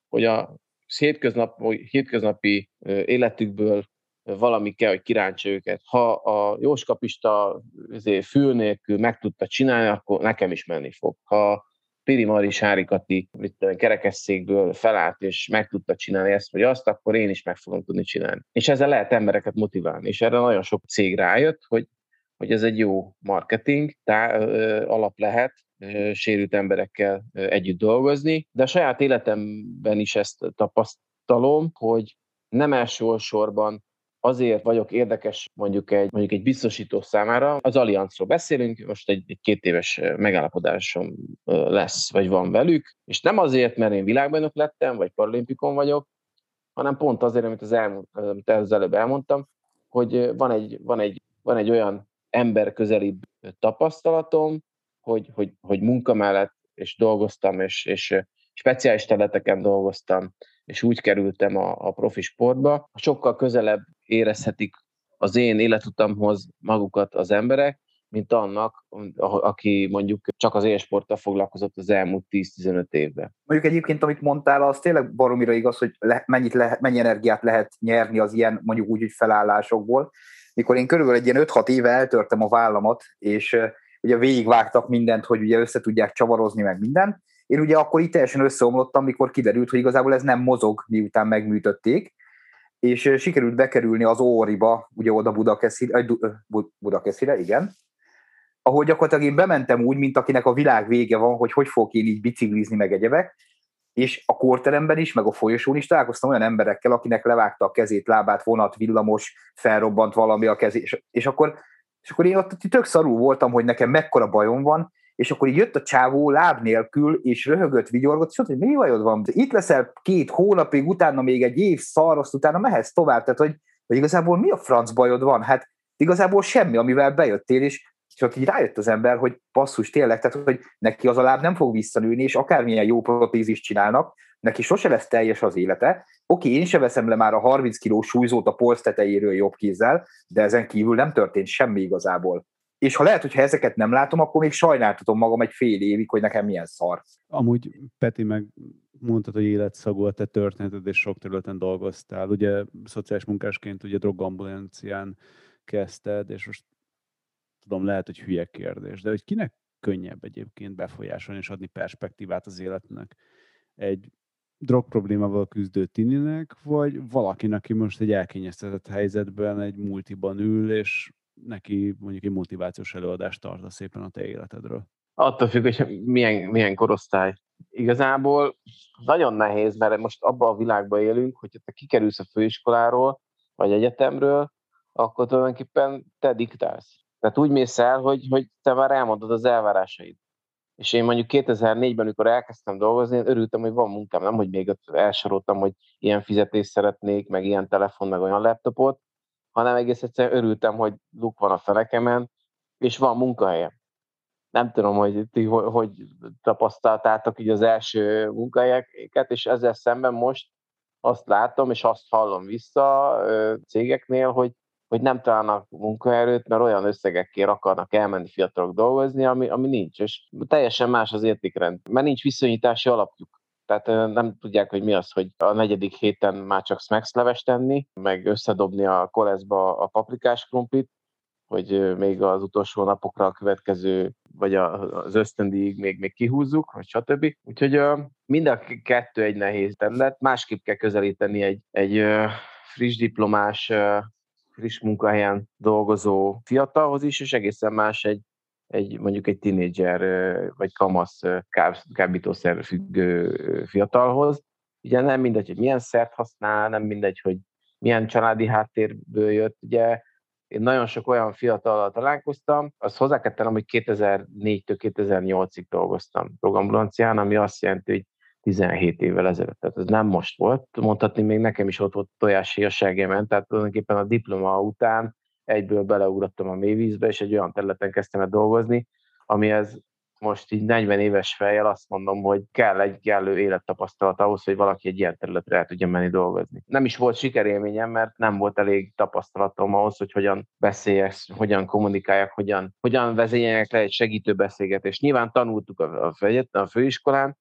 hogy a hétköznap, hétköznapi életükből valami kell, hogy kirántsa őket. Ha a jóskapista fül nélkül meg tudta csinálni, akkor nekem is menni fog. Ha Piri Mari Sári Kati kerekesszékből felállt, és meg tudta csinálni ezt vagy azt, akkor én is meg fogom tudni csinálni. És ezzel lehet embereket motiválni. És erre nagyon sok cég rájött, hogy, hogy ez egy jó marketing tá, ö, alap lehet, ö, sérült emberekkel ö, együtt dolgozni, de a saját életemben is ezt tapasztalom, hogy nem elsősorban azért vagyok érdekes mondjuk egy, mondjuk egy biztosító számára. Az Allianzról beszélünk, most egy, egy két éves megállapodásom lesz, vagy van velük, és nem azért, mert én világbajnok lettem, vagy paralimpikon vagyok, hanem pont azért, amit az, elmond, amit az előbb elmondtam, hogy van egy, van egy, van egy olyan ember közelibb tapasztalatom, hogy, hogy, hogy munka mellett és dolgoztam, és, és speciális területeken dolgoztam, és úgy kerültem a, a profi sportba. Sokkal közelebb érezhetik az én életutamhoz magukat az emberek, mint annak, aki mondjuk csak az élsporttal foglalkozott az elmúlt tíz-tizenöt évben. Mondjuk egyébként, amit mondtál, az tényleg baromira igaz, hogy le, mennyit lehet, mennyi energiát lehet nyerni az ilyen mondjuk úgy, hogy felállásokból. Mikor én körülbelül egy ilyen öt-hat éve eltörtem a vállamat, és uh, ugye végigvágtak mindent, hogy ugye össze tudják csavarozni meg mindent, én ugye akkor itt teljesen összeomlottam, mikor kiderült, hogy igazából ez nem mozog, miután megműtötték, és uh, sikerült bekerülni az Óriba, ugye oda Budakeszire, uh, Budakeszire, igen, ahol gyakorlatilag én bementem úgy, mint akinek a világ vége van, hogy hogy fogok én így biciklizni, meg egyebek, és a korteremben is, meg a folyosón is találkoztam olyan emberekkel, akinek levágta a kezét, lábát, vonat, villamos, felrobbant valami a kezét, és, és, akkor, és akkor én ott tök szarul voltam, hogy nekem mekkora bajom van, és akkor így jött a csávó láb nélkül, és röhögött, vigyorgott, és mondta, hogy mi bajod van? Itt leszel két hónapig, utána még egy év szar, azt utána mehetsz tovább, tehát hogy, hogy igazából mi a franc bajod van? Hát igazából semmi, amivel bejöttél, és és ott így rájött az ember, hogy basszus, tényleg, tehát hogy neki az a láb nem fog visszanőni, és akármilyen jó protézist csinálnak, neki sose lesz teljes az élete. Oké, én sem veszem le már a harminc kilós súlyzót a polc tetejéről jobb kézzel, de ezen kívül nem történt semmi igazából. És ha lehet, hogyha ezeket nem látom, akkor még sajnáltatom magam egy fél évig, hogy nekem milyen szar. Amúgy Peti meg mondtad, hogy életszagú a te történeted, és sok területen dolgoztál. Ugye szociális munkásként ugye drogambulancián kezdted, és most tudom, lehet, hogy hülye kérdés, de hogy kinek könnyebb egyébként befolyásolni és adni perspektívát az életnek? Egy drog problémával küzdő tininek, vagy valakinek, aki most egy elkényeztetett helyzetben egy multiban ül, és neki mondjuk egy motivációs előadást tartasz szépen a te életedről? Attól függ, hogy milyen, milyen korosztály. Igazából nagyon nehéz, mert most abban a világban élünk, hogyha te kikerülsz a főiskoláról, vagy egyetemről, akkor tulajdonképpen te diktálsz. Tehát úgy mész el, hogy, hogy te már elmondod az elvárásaid. És én mondjuk kétezer-négyben, amikor elkezdtem dolgozni, én örültem, hogy van munkám, nem, hogy még ott elsoroltam, hogy ilyen fizetést szeretnék, meg ilyen telefon, meg olyan laptopot, hanem egész egyszerűen örültem, hogy luk van a fenekemen, és van munkahelyem. Nem tudom, hogy ti hogy tapasztaltátok így az első munkahelyeket, és ezzel szemben most azt látom, és azt hallom vissza cégeknél, hogy hogy nem találnak munkaerőt, mert olyan összegekért akarnak elmenni fiatalok dolgozni, ami, ami nincs, és teljesen más az értékrend, mert nincs viszonyítási alapjuk. Tehát nem tudják, hogy mi az, hogy a negyedik héten már csak Smacks levest tenni, meg összedobni a koleszba a paprikás krumplit, hogy még az utolsó napokra a következő, vagy az ösztöndíjig még, még kihúzzuk, vagy stb. Úgyhogy mind a kettő egy nehéz terület, másképp kell közelíteni egy, egy friss diplomás, friss munkahelyen dolgozó fiatalhoz is, és egészen más egy, egy mondjuk egy tinédzser vagy kamasz kábítószer függő fiatalhoz. Ugye nem mindegy, hogy milyen szert használ, nem mindegy, hogy milyen családi háttérből jött. Ugye én nagyon sok olyan fiatallal találkoztam, azt hozzá kell tennem, hogy kétezer-négytől kétezer-nyolcig dolgoztam drogambulancián, ami azt jelenti, hogy tizenhét évvel ezelőtt. Tehát ez nem most volt. Mondhatni, még nekem is ott volt tojáshéj a seggemen, tehát tulajdonképpen a diploma után egyből beleugrottam a mélyvízbe, és egy olyan területen kezdtem el dolgozni, amihez most így negyven éves fejjel azt mondom, hogy kell egy kellő élettapasztalat ahhoz, hogy valaki egy ilyen területre el tudja menni dolgozni. Nem is volt sikerélményem, mert nem volt elég tapasztalatom ahhoz, hogy hogyan beszéljek, hogyan kommunikáljak, hogyan, hogyan vezényeljek le egy segítő beszélgetést. Nyilván tanultuk a, a, a főiskolán,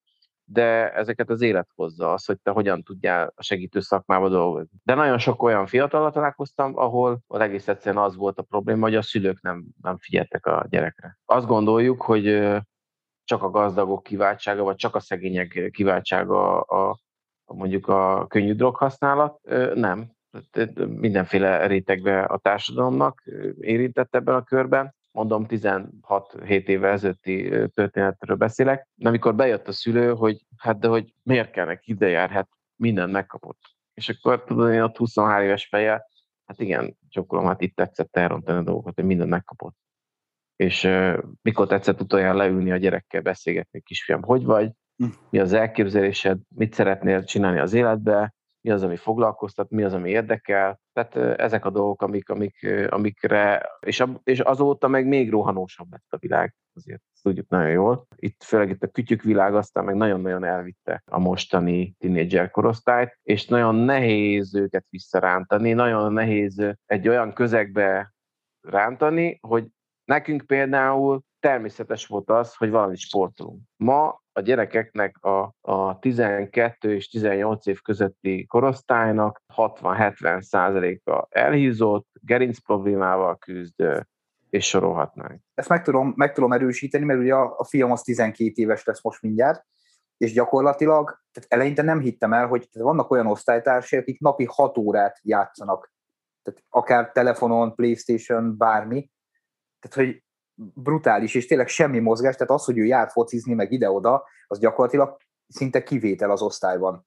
de ezeket az élet hozza, az, hogy te hogyan tudjál a segítő szakmába dolgozni. De nagyon sok olyan fiatallal találkoztam, ahol az egész egyszerűen az volt a probléma, hogy a szülők nem, nem figyeltek a gyerekre. Azt gondoljuk, hogy csak a gazdagok kiváltsága, vagy csak a szegények kiváltsága a, a mondjuk a könnyű droghasználat. Nem. Mindenféle rétegbe a társadalomnak érintett ebben a körben. Mondom, tizenhat-hét éve ezelőtti történetről beszélek. Amikor bejött a szülő, hogy hát de hogy miért kell neki ide jár, hát mindent megkapott. És akkor tudod, én ott huszonhárom éves fejjel, hát igen, csokkolom, hát itt tetszett elrontani a dolgokat, hogy mindent megkapott. És uh, mikor tetszett utoljára leülni a gyerekkel beszélgetni, kisfiam, hogy vagy, mi az elképzelésed, mit szeretnél csinálni az életbe, mi az, ami foglalkoztat, mi az, ami érdekel. Tehát uh, ezek a dolgok, amik, amik, uh, amikre, és, a, és azóta meg még rohanósabb lett a világ, azért tudjuk nagyon jól. Itt főleg itt a kütyük világ aztán meg nagyon-nagyon elvitte a mostani tínédzser korosztályt, és nagyon nehéz őket visszarántani, nagyon nehéz egy olyan közegbe rántani, hogy nekünk például természetes volt az, hogy valamit sportolunk. Ma a gyerekeknek a, a tizenkettő és tizennyolc év közötti korosztálynak hatvan-hetven százaléka elhízott, gerinc problémával küzd, és sorolhatnánk. Ezt meg tudom, meg tudom erősíteni, mert ugye a, a fiam az tizenkét éves lesz most mindjárt, és gyakorlatilag tehát eleinte nem hittem el, hogy vannak olyan osztálytársai, akik napi hat órát játszanak. Tehát akár telefonon, PlayStation, bármi. Tehát, hogy brutális, és tényleg semmi mozgás, tehát az, hogy ő jár focizni, meg ide-oda, az gyakorlatilag szinte kivétel az osztályban.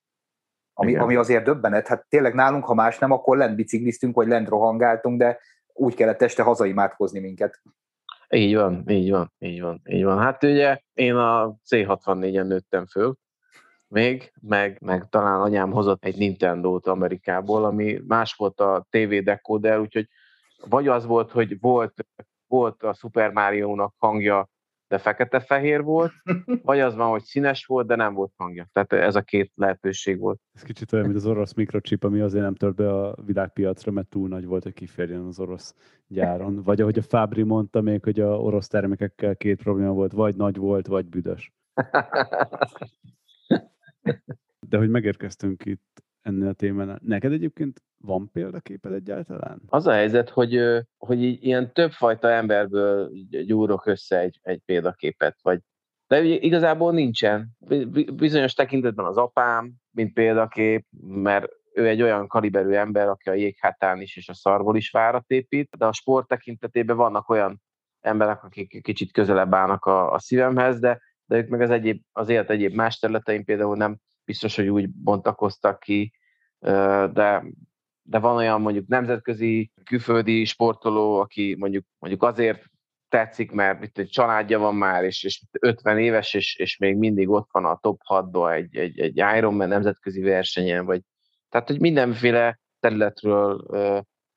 Ami, ami azért döbbenet, hát tényleg nálunk, ha más nem, akkor lent bicikliztünk, vagy lent rohangáltunk, de úgy kellett este hazaimádkozni minket. Így van, így van, így van, így van. Hát ugye én a cé hatvannégyen nőttem föl, még, meg, meg talán anyám hozott egy Nintendót Amerikából, ami más volt a té vé dekóder, úgyhogy vagy az volt, hogy volt, volt a Super Mario-nak hangja, de fekete-fehér volt, vagy az van, hogy színes volt, de nem volt hangja. Tehát ez a két lehetőség volt. Ez kicsit olyan, mint az orosz mikrochip, ami azért nem tört be a világpiacra, mert túl nagy volt, hogy kiférjen az orosz gyáron. Vagy ahogy a Fábri mondta még, hogy a orosz termékekkel két probléma volt, vagy nagy volt, vagy büdös. De hogy megérkeztünk itt ennél a témánál. Neked egyébként van példaképed egyáltalán? Az a helyzet, hogy, hogy így, ilyen többfajta emberből gyúrok össze egy, egy példaképet, vagy de ugye igazából nincsen. Bizonyos tekintetben az apám, mint példakép, mert ő egy olyan kaliberű ember, aki a jéghátán is és a szarból is várat épít, de a sport tekintetében vannak olyan emberek, akik kicsit közelebb állnak a, a szívemhez, de, de ők meg az, egyéb, az élet egyéb más területein például nem biztos, hogy úgy bontakoztak ki, de, de van olyan mondjuk nemzetközi, külföldi sportoló, aki mondjuk, mondjuk azért tetszik, mert itt egy családja van már, és, és ötven éves, és, és még mindig ott van a top hatban egy, egy, egy Ironman nemzetközi versenyen, vagy tehát, hogy mindenféle területről ö,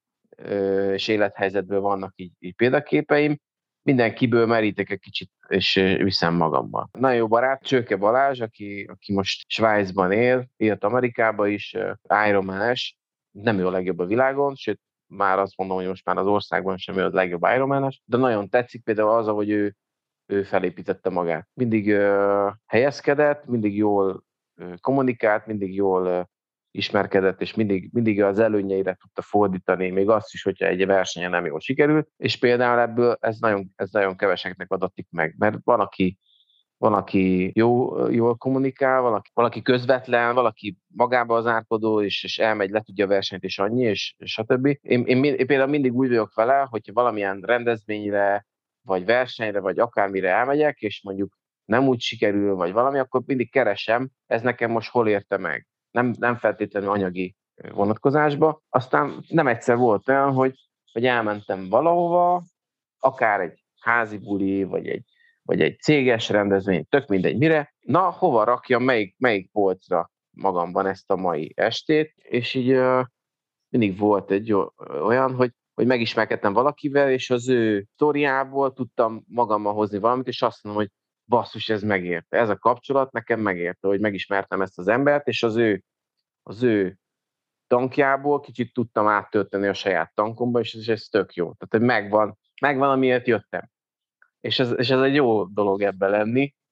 ö, és élethelyzetből vannak így, így példaképeim. Mindenkiből merítek egy kicsit, és viszem magammal. Nagyon jó barát, Csőke Balázs, aki, aki most Svájcban él, élt Amerikába is, Ironman-es, nem ő a legjobb a világon, sőt, már azt mondom, hogy most már az országban sem ő a legjobb Ironman-es, de nagyon tetszik például az, ahogy ő, ő felépítette magát. Mindig uh, helyezkedett, mindig jól uh, kommunikált, mindig jól uh, ismerkedett, és mindig, mindig az előnyeire tudta fordítani, még azt is, hogyha egy versenyen nem jól sikerült, és például ebből ez nagyon, ez nagyon keveseknek adatik meg, mert van, aki, van, aki jó, jól kommunikál, valaki, valaki közvetlen, valaki magába az árkodó, és, és elmegy, le tudja a versenyt, és annyi, és, és stb. Én, én, én például mindig úgy vagyok vele, hogyha valamilyen rendezvényre, vagy versenyre, vagy akármire elmegyek, és mondjuk nem úgy sikerül, vagy valami, akkor mindig keresem, ez nekem most hol érte meg. Nem, nem feltétlenül anyagi vonatkozásba. Aztán nem egyszer volt olyan, hogy, hogy elmentem valahova, akár egy házi buli, vagy egy, vagy egy céges rendezvény, tök mindegy mire, na, hova rakjam, melyik, melyik polcra magamban ezt a mai estét, és így uh, mindig volt egy olyan, hogy, hogy megismerkedtem valakivel, és az ő sztoriából tudtam magammal hozni valamit, és azt mondom, hogy basszus, ez megérte. Ez a kapcsolat nekem megérte, hogy megismertem ezt az embert, és az ő, az ő tankjából kicsit tudtam áttölteni a saját tankomba, és ez, ez tök jó. Tehát, hogy megvan, megvan, amiért jöttem. És ez, és ez egy jó dolog ebben lenni,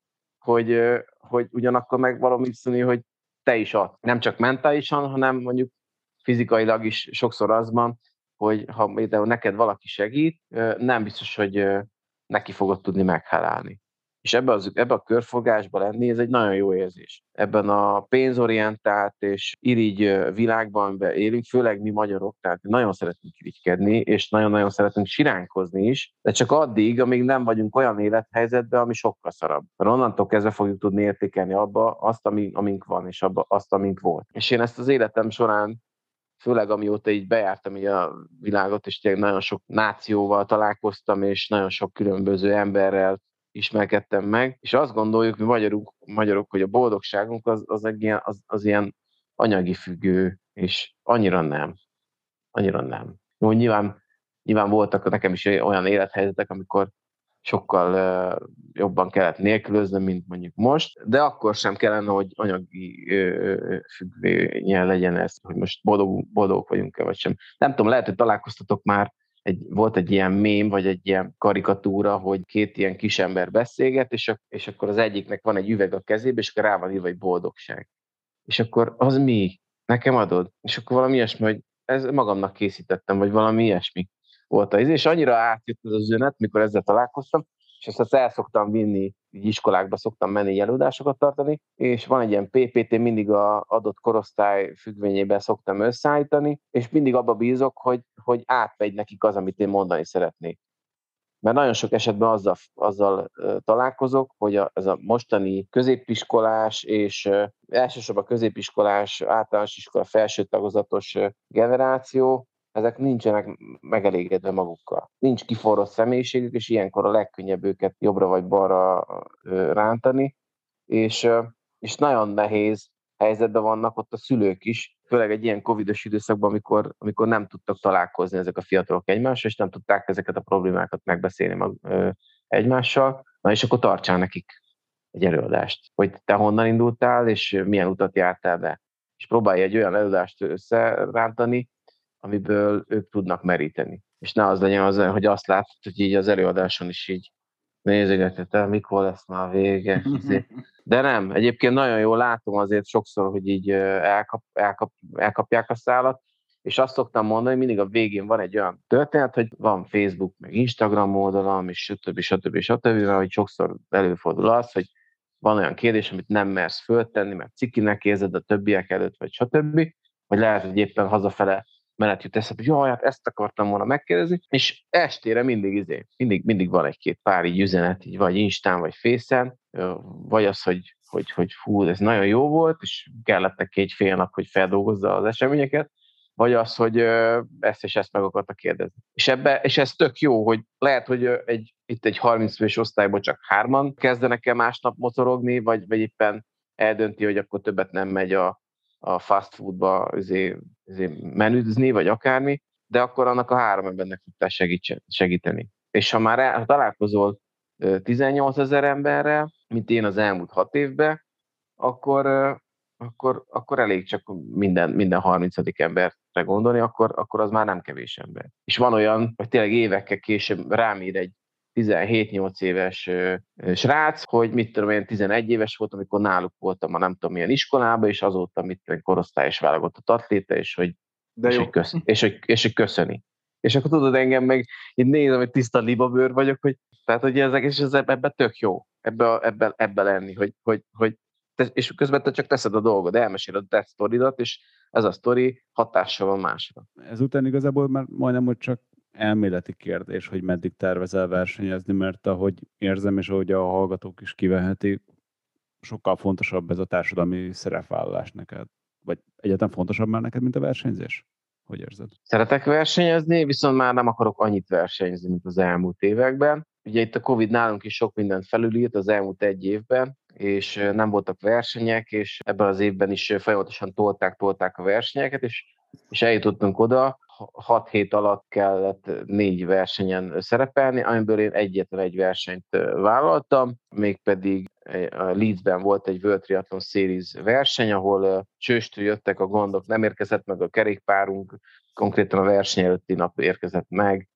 hogy, hogy ugyanakkor meg valami viszonyú, hogy te is adsz. Nem csak mentálisan, hanem mondjuk fizikailag is sokszor az van, hogy ha például neked valaki segít, nem biztos, hogy neki fogod tudni meghálálni. És ebbe, az, ebbe a körforgásba lenni, ez egy nagyon jó érzés. Ebben a pénzorientált és irigy világban, amiben élünk, főleg mi magyarok, tehát nagyon szeretünk irigykedni, és nagyon-nagyon szeretünk siránkozni is, de csak addig, amíg nem vagyunk olyan élethelyzetben, ami sokkal szarabb. Mert onnantól kezdve fogjuk tudni értékelni abba azt, ami, amink van, és abba azt, amink volt. És én ezt az életem során főleg amióta így bejártam így a világot, és tényleg nagyon sok nációval találkoztam, és nagyon sok különböző emberrel ismerkedtem meg, és azt gondoljuk mi magyarok, magyarok hogy a boldogságunk az, az, egy ilyen, az, az ilyen anyagi függő, és annyira nem. Annyira nem. Jó, nyilván, nyilván voltak nekem is olyan élethelyzetek, amikor sokkal uh, jobban kellett nélkülöznöm, mint mondjuk most, de akkor sem kellene, hogy anyagi uh, függvényen legyen ez, hogy most boldog, boldogok vagyunk-e, vagy sem. Nem tudom, lehet, hogy találkoztatok már, egy, volt egy ilyen mém, vagy egy ilyen karikatúra, hogy két ilyen kisember beszélget, és, és akkor az egyiknek van egy üveg a kezébe, és akkor rá van írva, hogy boldogság. És akkor az mi? Nekem adod? És akkor valami ilyesmi, hogy ez magamnak készítettem, vagy valami ilyesmi volt az. És annyira átjött ez az üzenet, mikor ezzel találkoztam, és ezt, ezt el szoktam vinni, így iskolákba szoktam menni előadásokat tartani, és van egy ilyen pé pé té, mindig az adott korosztály függvényében szoktam összeállítani, és mindig abba bízok, hogy, hogy átmegy nekik az, amit én mondani szeretnék. Mert nagyon sok esetben azzal, azzal találkozok, hogy a, ez a mostani középiskolás és elsősorban középiskolás, általános iskola felső tagozatos generáció, ezek nincsenek megelégedve magukkal. Nincs kiforrott személyiségük, és ilyenkor a legkönnyebb őket jobbra vagy balra rántani, és, és nagyon nehéz helyzetben vannak ott a szülők is, főleg egy ilyen covidos időszakban, amikor, amikor nem tudtak találkozni ezek a fiatalok egymással, és nem tudták ezeket a problémákat megbeszélni mag, ö, egymással, na és akkor tartsál nekik egy előadást, hogy te honnan indultál, és milyen utat jártál be. És próbálj egy olyan előadást összerántani, amiből ők tudnak meríteni. És ne az legyen az, hogy azt látod, hogy így az előadáson is így nézegeted, mikor lesz már vége. De nem, egyébként nagyon jól látom azért sokszor, hogy így elkap, elkap, elkapják a szálat, és azt szoktam mondani, mindig a végén van egy olyan történet, hogy van Facebook, meg Instagram oldalam, és stb. stb. stb. Hogy sokszor előfordul az, hogy van olyan kérdés, amit nem mersz föltenni, mert cikinek érzed a többiek előtt, vagy stb. Vagy lehet, hogy éppen hazafele menet jut eszembe, hogy jaj, hát ezt akartam volna megkérdezni, és estére mindig, izé, mindig, mindig van egy-két pár így üzenet, így vagy Instán, vagy Face-en, vagy az, hogy, hogy, hogy fú, ez nagyon jó volt, és kellett neki egy fél nap, hogy feldolgozza az eseményeket, vagy az, hogy ezt és ezt meg akarta kérdezni. És, ebbe, és ez tök jó, hogy lehet, hogy egy, itt egy harminc fős osztályban csak hárman kezdenek el másnap mocorogni, vagy, vagy éppen eldönti, hogy akkor többet nem megy a, a fast foodba azért, azért menüzni, vagy akármi, de akkor annak a három embernek tudtál segíteni. És ha már el, ha találkozol tizennyolc ezer emberrel, mint én az elmúlt hat évben, akkor, akkor, akkor elég csak minden, minden harmincadik emberre gondolni, akkor, akkor az már nem kevés ember. És van olyan, hogy tényleg évekkel később rám ír egy tizenhét-nyolc éves srác, hogy mit tudom én, tizenegy éves volt, amikor náluk voltam a nem tudom milyen iskolában, és azóta mit tudom, korosztályos válogatott atléta, és hogy, és, hogy kösz, és, hogy, és hogy köszöni. És akkor tudod, engem meg, én nézem, hogy tiszta libabőr vagyok, hogy, tehát, hogy ezek, és ez ebben tök jó, ebbe, ebbe, ebbe lenni, hogy, hogy, hogy te, és közben te csak teszed a dolgod, elmeséled a te sztoridat, és ez a sztori hatással van másra. Ezután igazából már majdnem, hogy csak elméleti kérdés, hogy meddig tervezel versenyezni, mert ahogy érzem, és ahogy a hallgatók is kivehetik, sokkal fontosabb ez a társadalmi szerepvállalás neked. Vagy egyáltalán fontosabb már neked, mint a versenyzés? Hogy érzed? Szeretek versenyezni, viszont már nem akarok annyit versenyezni, mint az elmúlt években. Ugye itt a Covid nálunk is sok mindent felülírt az elmúlt egy évben, és nem voltak versenyek, és ebben az évben is folyamatosan tolták, tolták a versenyeket, és, és eljutottunk oda, hat hét alatt kellett négy versenyen szerepelni, amiből én egyetlen egy versenyt vállaltam, mégpedig a Leedsben volt egy World Triathlon Series verseny, ahol csőstől jöttek a gondok, nem érkezett meg a kerékpárunk, konkrétan a verseny előtti nap érkezett meg,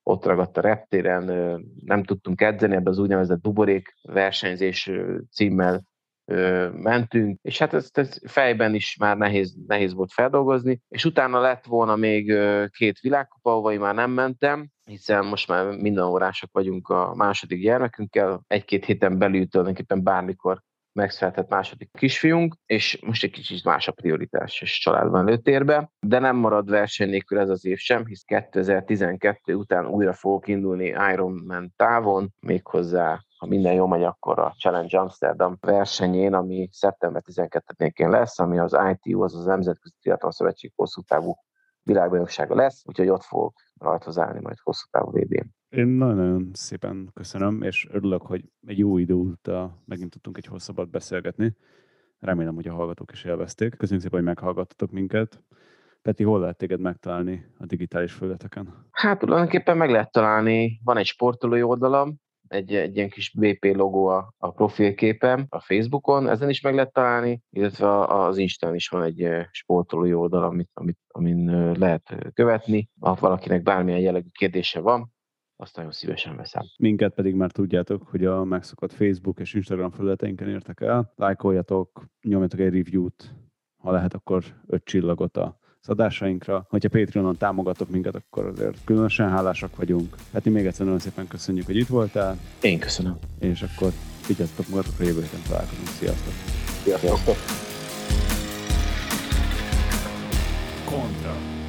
ott ragadt a reptéren, nem tudtunk edzeni, ebbe az úgynevezett buborék versenyzés címmel mentünk, és hát ezt, ezt fejben is már nehéz, nehéz volt feldolgozni, és utána lett volna még két világkupa, ahova már nem mentem, hiszen most már minden órások vagyunk a második gyermekünkkel, egy-két héten belül tulajdonképpen bármikor megszületett második kisfiunk, és most egy kicsit más a prioritás, és családban előtérbe, de nem marad verseny nélkül ez az év sem, hisz kétezer-tizenkettő után újra fogok indulni Ironman távon, méghozzá, ha minden jól megy, akkor a Challenge Amsterdam versenyén, ami szeptember tizenkettedikén lesz, ami az i té u, az az Nemzetközi Triatlon Szövetség hosszú távú világbajnoksága lesz, úgyhogy ott fogok rajthoz állni majd hosszú távú vé bén. Én nagyon szépen köszönöm, és örülök, hogy egy jó idő óta megint tudtunk egy hosszabbat beszélgetni. Remélem, hogy a hallgatók is élvezték. Köszönjük szépen, hogy meghallgattatok minket. Peti, hol lehet téged megtalálni a digitális felületeken? Hát tulajdonképpen meg lehet találni, van egy sportolói oldalam, egy, egy ilyen kis bé pé logó a, a profilképem a Facebookon, ezen is meg lehet találni, illetve az Instán is van egy sportolói oldal, amit, amit, amin lehet követni. Ha valakinek bármilyen jellegű kérdése van, azt nagyon szívesen veszem. Minket pedig már tudjátok, hogy a megszokott Facebook és Instagram felületeinken értek el. Lájkoljatok, nyomjatok egy review-t, ha lehet, akkor öt csillagot a adásainkra. Hogyha Patreonon támogatok minket, akkor azért különösen hálásak vagyunk. Peti, még egyszer nagyon szépen köszönjük, hogy itt voltál. Én köszönöm. És akkor vigyázzatok magatokra, jövő héten találkozunk. Sziasztok! Sziasztok! Kontra.